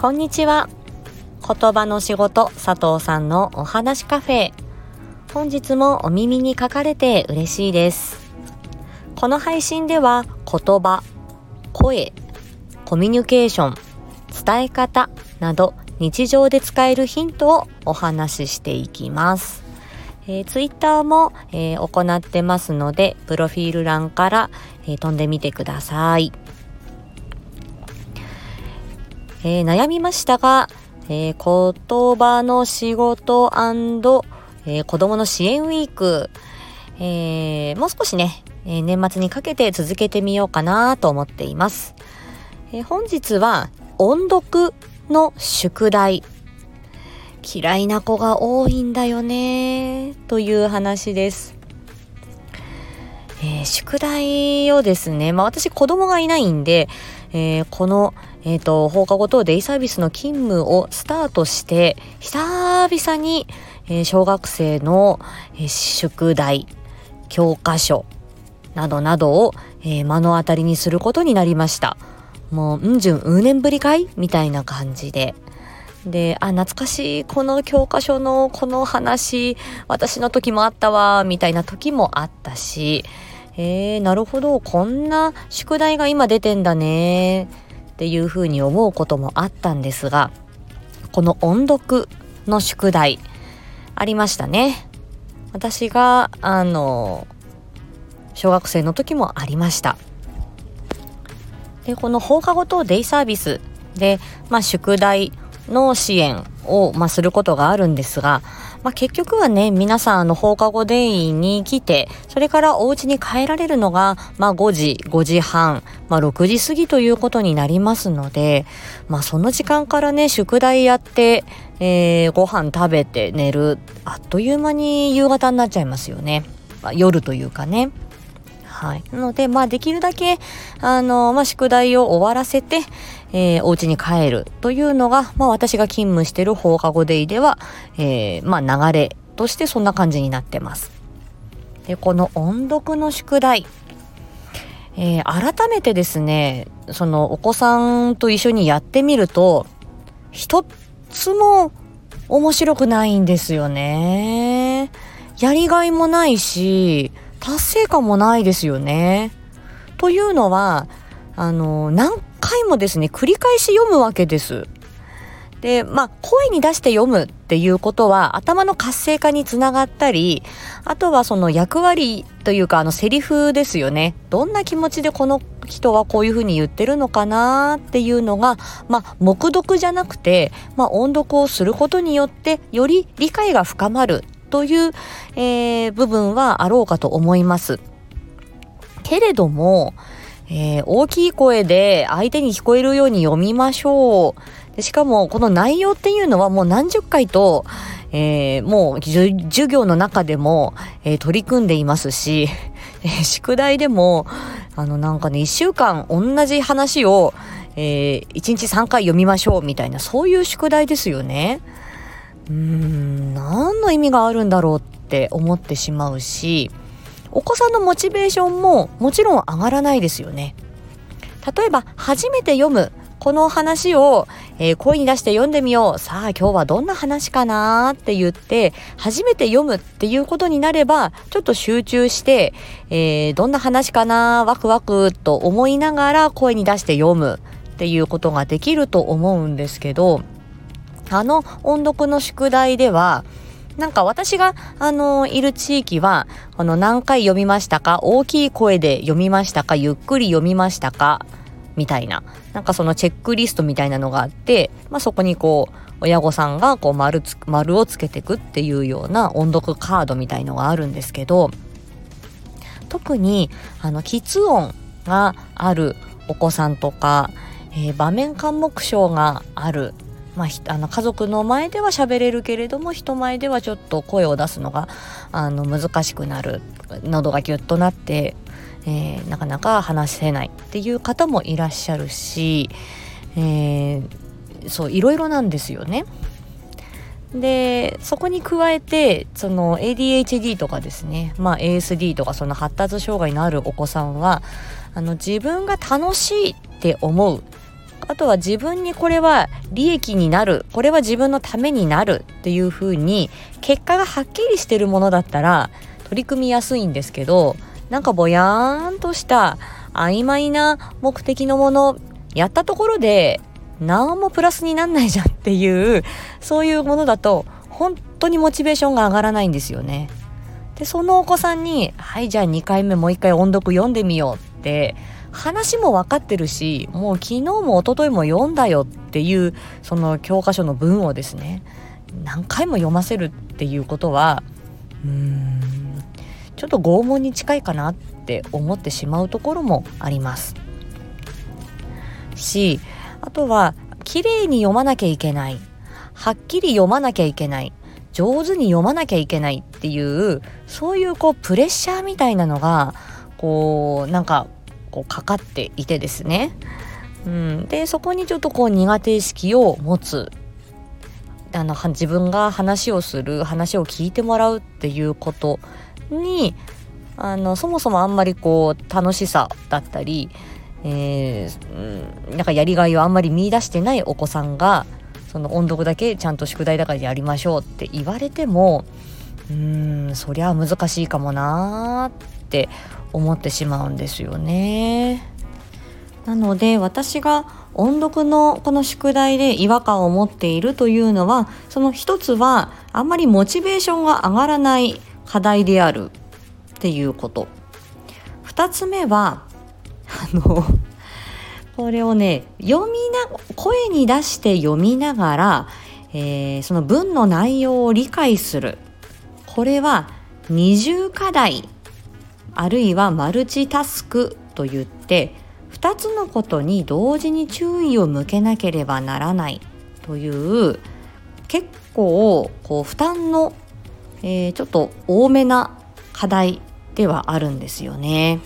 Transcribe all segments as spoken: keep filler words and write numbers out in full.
こんにちは。言葉の仕事佐藤さんのお話カフェ。本日もお耳に書かれて嬉しいです。この配信では言葉、声、コミュニケーション、伝え方など日常で使えるヒントをお話ししていきます。えー、ツイッターも、えー、行ってますので、プロフィール欄から、えー、飛んでみてください。えー、悩みましたが、えー、言葉の仕事&、えー、子供の支援ウィーク、えー、もう少しね、えー、年末にかけて続けてみようかなと思っています。えー、本日は音読の宿題、嫌いな子が多いんだよねという話です。えー、宿題をですね、まあ私子供がいないんで、えー、この、えーと、放課後等デイサービスの勤務をスタートして、久々に、えー、小学生の、えー、宿題、教科書などなどを、えー、目の当たりにすることになりました。もう、うんじゅん、う年ぶりかいみたいな感じで。で、あ、懐かしい、この教科書のこの話、私の時もあったわ、みたいな時もあったし、えー、なるほど、こんな宿題が今出てんだねっていうふうに思うこともあったんですが、この音読の宿題ありましたね。私があの小学生の時もありました。で、この放課後等デイサービスで、まあ、宿題の支援を、まあ、することがあるんですが、まあ、結局はね、皆さんあの放課後デイに来て、それからお家に帰られるのが、まあ、ごじ、ごじはん、まあ、ろくじ過ぎということになりますので、まあ、その時間からね、宿題やって、えー、ご飯食べて寝る、あっという間に夕方になっちゃいますよね。まあ、夜というかね。はい。なので、まあ、できるだけ、あの、まあ、宿題を終わらせて、えー、お家に帰るというのが、まあ、私が勤務している放課後デイでは、えー、まあ、流れとしてそんな感じになってます。で、この音読の宿題、えー、改めてですね、そのお子さんと一緒にやってみると、一つも面白くないんですよね。やりがいもないし、達成感もないですよね。というのは、あの、何回もですね、繰り返し読むわけです。で、まあ、声に出して読むっていうことは、頭の活性化につながったり、あとはその役割というか、あの、セリフですよね。どんな気持ちでこの人はこういうふうに言ってるのかなっていうのが、まあ、黙読じゃなくて、まあ、音読をすることによって、より理解が深まるという、えー、部分はあろうかと思います。けれども、えー、大きい声で相手に聞こえるように読みましょう。でしかもこの内容っていうのはもう何十回と、えー、もう授業の中でも、えー、取り組んでいますし、えー、宿題でもあのなんかねいっしゅうかん同じ話を、えー、いちにちさんかい読みましょうみたいな、そういう宿題ですよね。うーん、何の意味があるんだろうって思ってしまうし、お子さんのモチベーションももちろん上がらないですよね。例えば初めて読むこの話を、えー、声に出して読んでみよう、さあ今日はどんな話かなって言って初めて読むっていうことになれば、ちょっと集中して、えー、どんな話かな、ワクワクと思いながら声に出して読むっていうことができると思うんですけど、あの音読の宿題ではなんか私があのいる地域はあの何回読みましたか、大きい声で読みましたか、ゆっくり読みましたかみたいな、なんかそのチェックリストみたいなのがあって、まあ、そこにこう親御さんがこう丸つ丸をつけていくっていうような音読カードみたいのがあるんですけど、特にあの喫音があるお子さんとか、えー、場面緘黙症がある、まあ、あの家族の前では喋れるけれども人前ではちょっと声を出すのがあの難しくなる、喉がギュッとなって、えー、なかなか話せないっていう方もいらっしゃるし、えー、そういろいろなんですよね。でそこに加えてその エーディーエイチディー とかですね、まあ、エーエスディー とかその発達障害のあるお子さんはあの自分が楽しいって思うあとは自分にこれは利益になる、これは自分のためになるっていう風に結果がはっきりしてるものだったら取り組みやすいんですけど、なんかぼやーんとした曖昧な目的のものやったところで何もプラスになんないじゃんっていう、そういうものだと本当にモチベーションが上がらないんですよね。でそのお子さんにはいじゃあにかいめもういっかい音読読んでみようって話も分かってるし、もう昨日も一昨日も読んだよっていうその教科書の文をですね何回も読ませるっていうことはうーんちょっと拷問に近いかなって思ってしまうところもありますし、あとは綺麗に読まなきゃいけない、はっきり読まなきゃいけない、上手に読まなきゃいけないっていうそういうこうプレッシャーみたいなのがこうなんかこうかかっていてですね、うん、でそこにちょっとこう苦手意識を持つ、あの自分が話をする、話を聞いてもらうっていうことにあのそもそもあんまりこう楽しさだったり、えー、なんかやりがいをあんまり見出してないお子さんがその音読だけちゃんと宿題だからやりましょうって言われてもうーんそりゃ難しいかもなって思ってしまうんですよね。なので私が音読のこの宿題で違和感を持っているというのは、その一つはあんまりモチベーションが上がらない課題であるっていうこと。二つ目はあのこれをね読みな声に出して読みながら、えー、その文の内容を理解する。これは二重課題あるいはマルチタスクといってふたつのことに同時に注意を向けなければならないという結構こう負担の、えー、ちょっと多めな課題ではあるんですよね。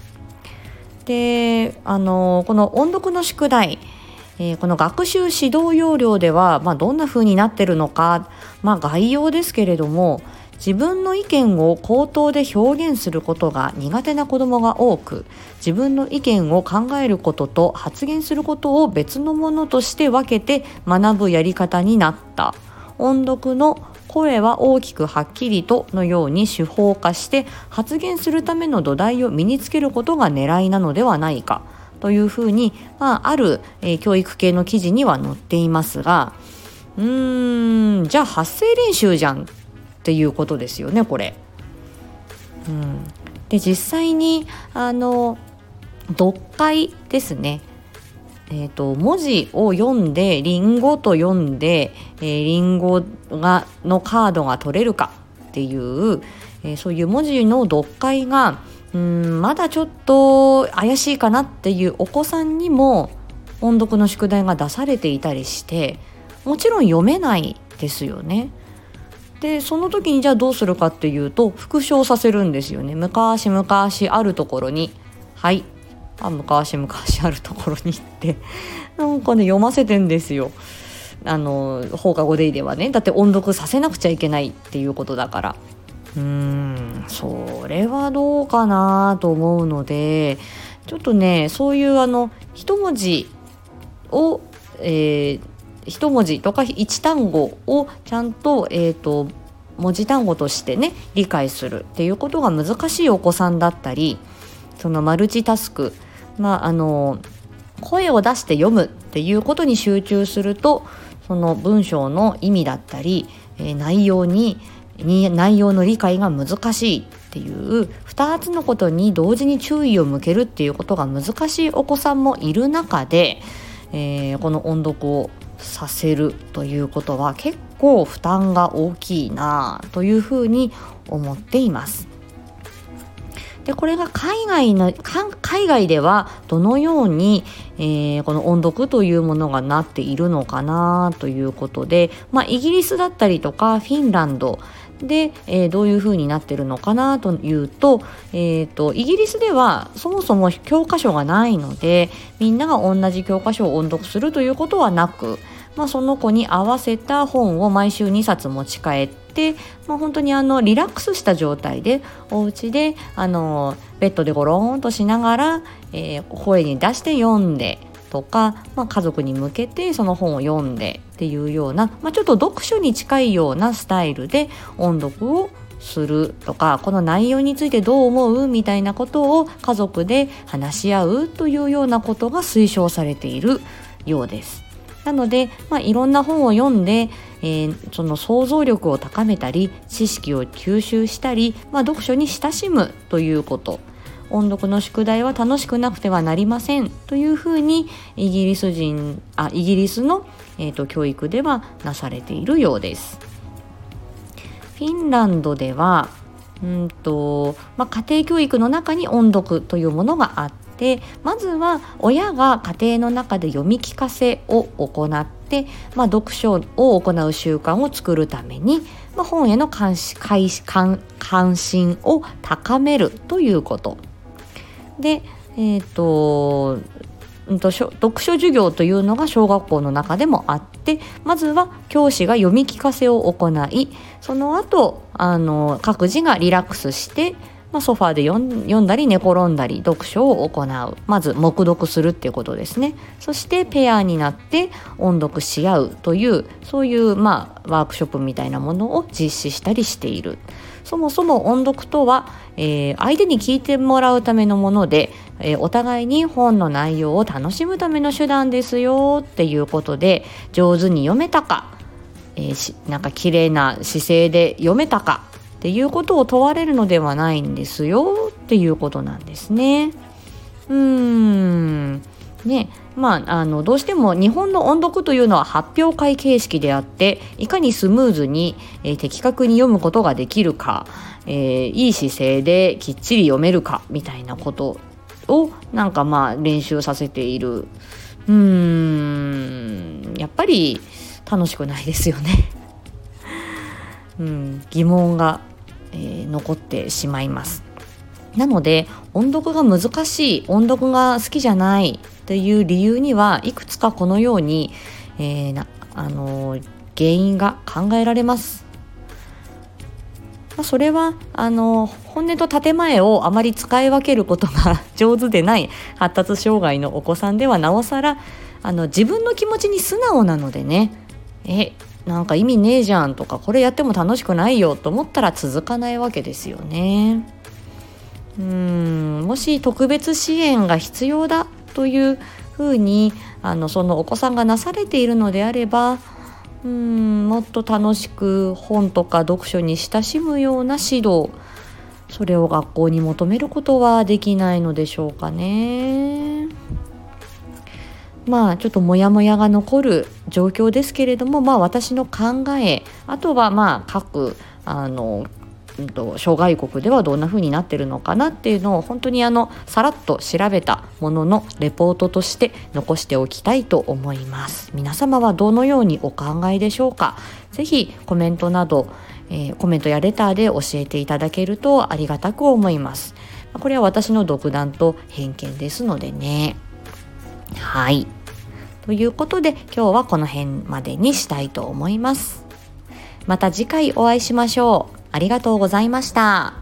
で、あのこの音読の宿題、えー、この学習指導要領では、まあ、どんな風になってるのか、まあ、概要ですけれども、自分の意見を口頭で表現することが苦手な子どもが多く、自分の意見を考えることと発言することを別のものとして分けて学ぶやり方になった。音読の声は大きくはっきりとのように手法化して発言するための土台を身につけることが狙いなのではないかというふうに、まあ、ある、えー、教育系の記事には載っていますが、うーんじゃあ発声練習じゃんっていうことですよねこれ。うん、で実際にあの読解ですね、えーと、文字を読んでリンゴと読んで、えー、リンゴがのカードが取れるかっていう、えー、そういう文字の読解がうーんまだちょっと怪しいかなっていうお子さんにも音読の宿題が出されていたりして、もちろん読めないですよね。でその時にじゃあどうするかっていうと復唱させるんですよね。昔々あるところにはいあ昔々あるところに行ってなんかね読ませてんですよ。あの放課後デイではね、だって音読させなくちゃいけないっていうことだから、うーんそれはどうかなと思うので、ちょっとねそういうあの一文字を、えー、一文字とか一単語をちゃんと、えーと文字単語としてね理解するっていうことが難しいお子さんだったり、そのマルチタスク、まあ、あの声を出して読むっていうことに集中すると、その文章の意味だったり、えー、内容にに内容の理解が難しいっていうふたつのことに同時に注意を向けるっていうことが難しいお子さんもいる中で、えー、この音読をさせるということは結構負担が大きいなというふうに思っています。でこれが海外の海外ではどのように、えー、この音読というものがなっているのかなということで、まあ、イギリスだったりとかフィンランドで、えー、どういう風になってるのかなというと、えーと、イギリスではそもそも教科書がないので、みんなが同じ教科書を音読するということはなく、まあ、その子に合わせた本を毎週にさつ持ち帰って、まあ、本当にあのリラックスした状態でお家であのベッドでゴローンとしながら、えー、声に出して読んでとか、まあ、家族に向けてその本を読んでっていうような、まあ、ちょっと読書に近いようなスタイルで音読をするとか、この内容についてどう思うみたいなことを家族で話し合うというようなことが推奨されているようです。なので、まあ、いろんな本を読んで、えー、その想像力を高めたり知識を吸収したり、まあ、読書に親しむということ、音読の宿題は楽しくなくてはなりませんというふうにイギリス人あイギリスの、えーと、教育ではなされているようです。フィンランドではうんと、まあ、家庭教育の中に音読というものがあって、まずは親が家庭の中で読み聞かせを行って、まあ、読書を行う習慣を作るために、まあ、本への関心、関、関心を高めるということで、えーとうんと、読書授業というのが小学校の中でもあって、まずは教師が読み聞かせを行い、その後あの各自がリラックスして、まあ、ソファーで読ん、読んだり寝転んだり読書を行う、まず黙読するっていうことですね。そしてペアになって音読し合うという、そういう、まあ、ワークショップみたいなものを実施したりしている。そもそも音読とは、えー、相手に聞いてもらうためのもので、えー、お互いに本の内容を楽しむための手段ですよっていうことで、上手に読めたか、えー、しなんか綺麗な姿勢で読めたかっていうことを問われるのではないんですよっていうことなんですね。うーんね、まあ、あのどうしても日本の音読というのは発表会形式であって、いかにスムーズに、えー、的確に読むことができるか、えー、いい姿勢できっちり読めるかみたいなことをなんかまあ練習させている。うーんやっぱり楽しくないですよね。うん、疑問が、えー、残ってしまいます。なので音読が難しい、音読が好きじゃないという理由にはいくつかこのように、えー、なあのー、原因が考えられます。まあ、それはあのー、本音と建前をあまり使い分けることが上手でない発達障害のお子さんではなおさら、あの自分の気持ちに素直なのでね、えなんか意味ねえじゃんとか、これやっても楽しくないよと思ったら続かないわけですよね。うーんもし特別支援が必要だというふうにあのそのお子さんがなされているのであれば、うーんもっと楽しく本とか読書に親しむような指導、それを学校に求めることはできないのでしょうかね。まあちょっとモヤモヤが残る状況ですけれども、まあ私の考え、あとはまあ各あの諸外国ではどんな風になってるのかなっていうのを本当にあのさらっと調べたもののレポートとして残しておきたいと思います。皆様はどのようにお考えでしょうか。ぜひコメントなど、えー、コメントやレターで教えていただけるとありがたく思います。これは私の独断と偏見ですのでね。はい、ということで今日はこの辺までにしたいと思います。また次回お会いしましょう。ありがとうございました。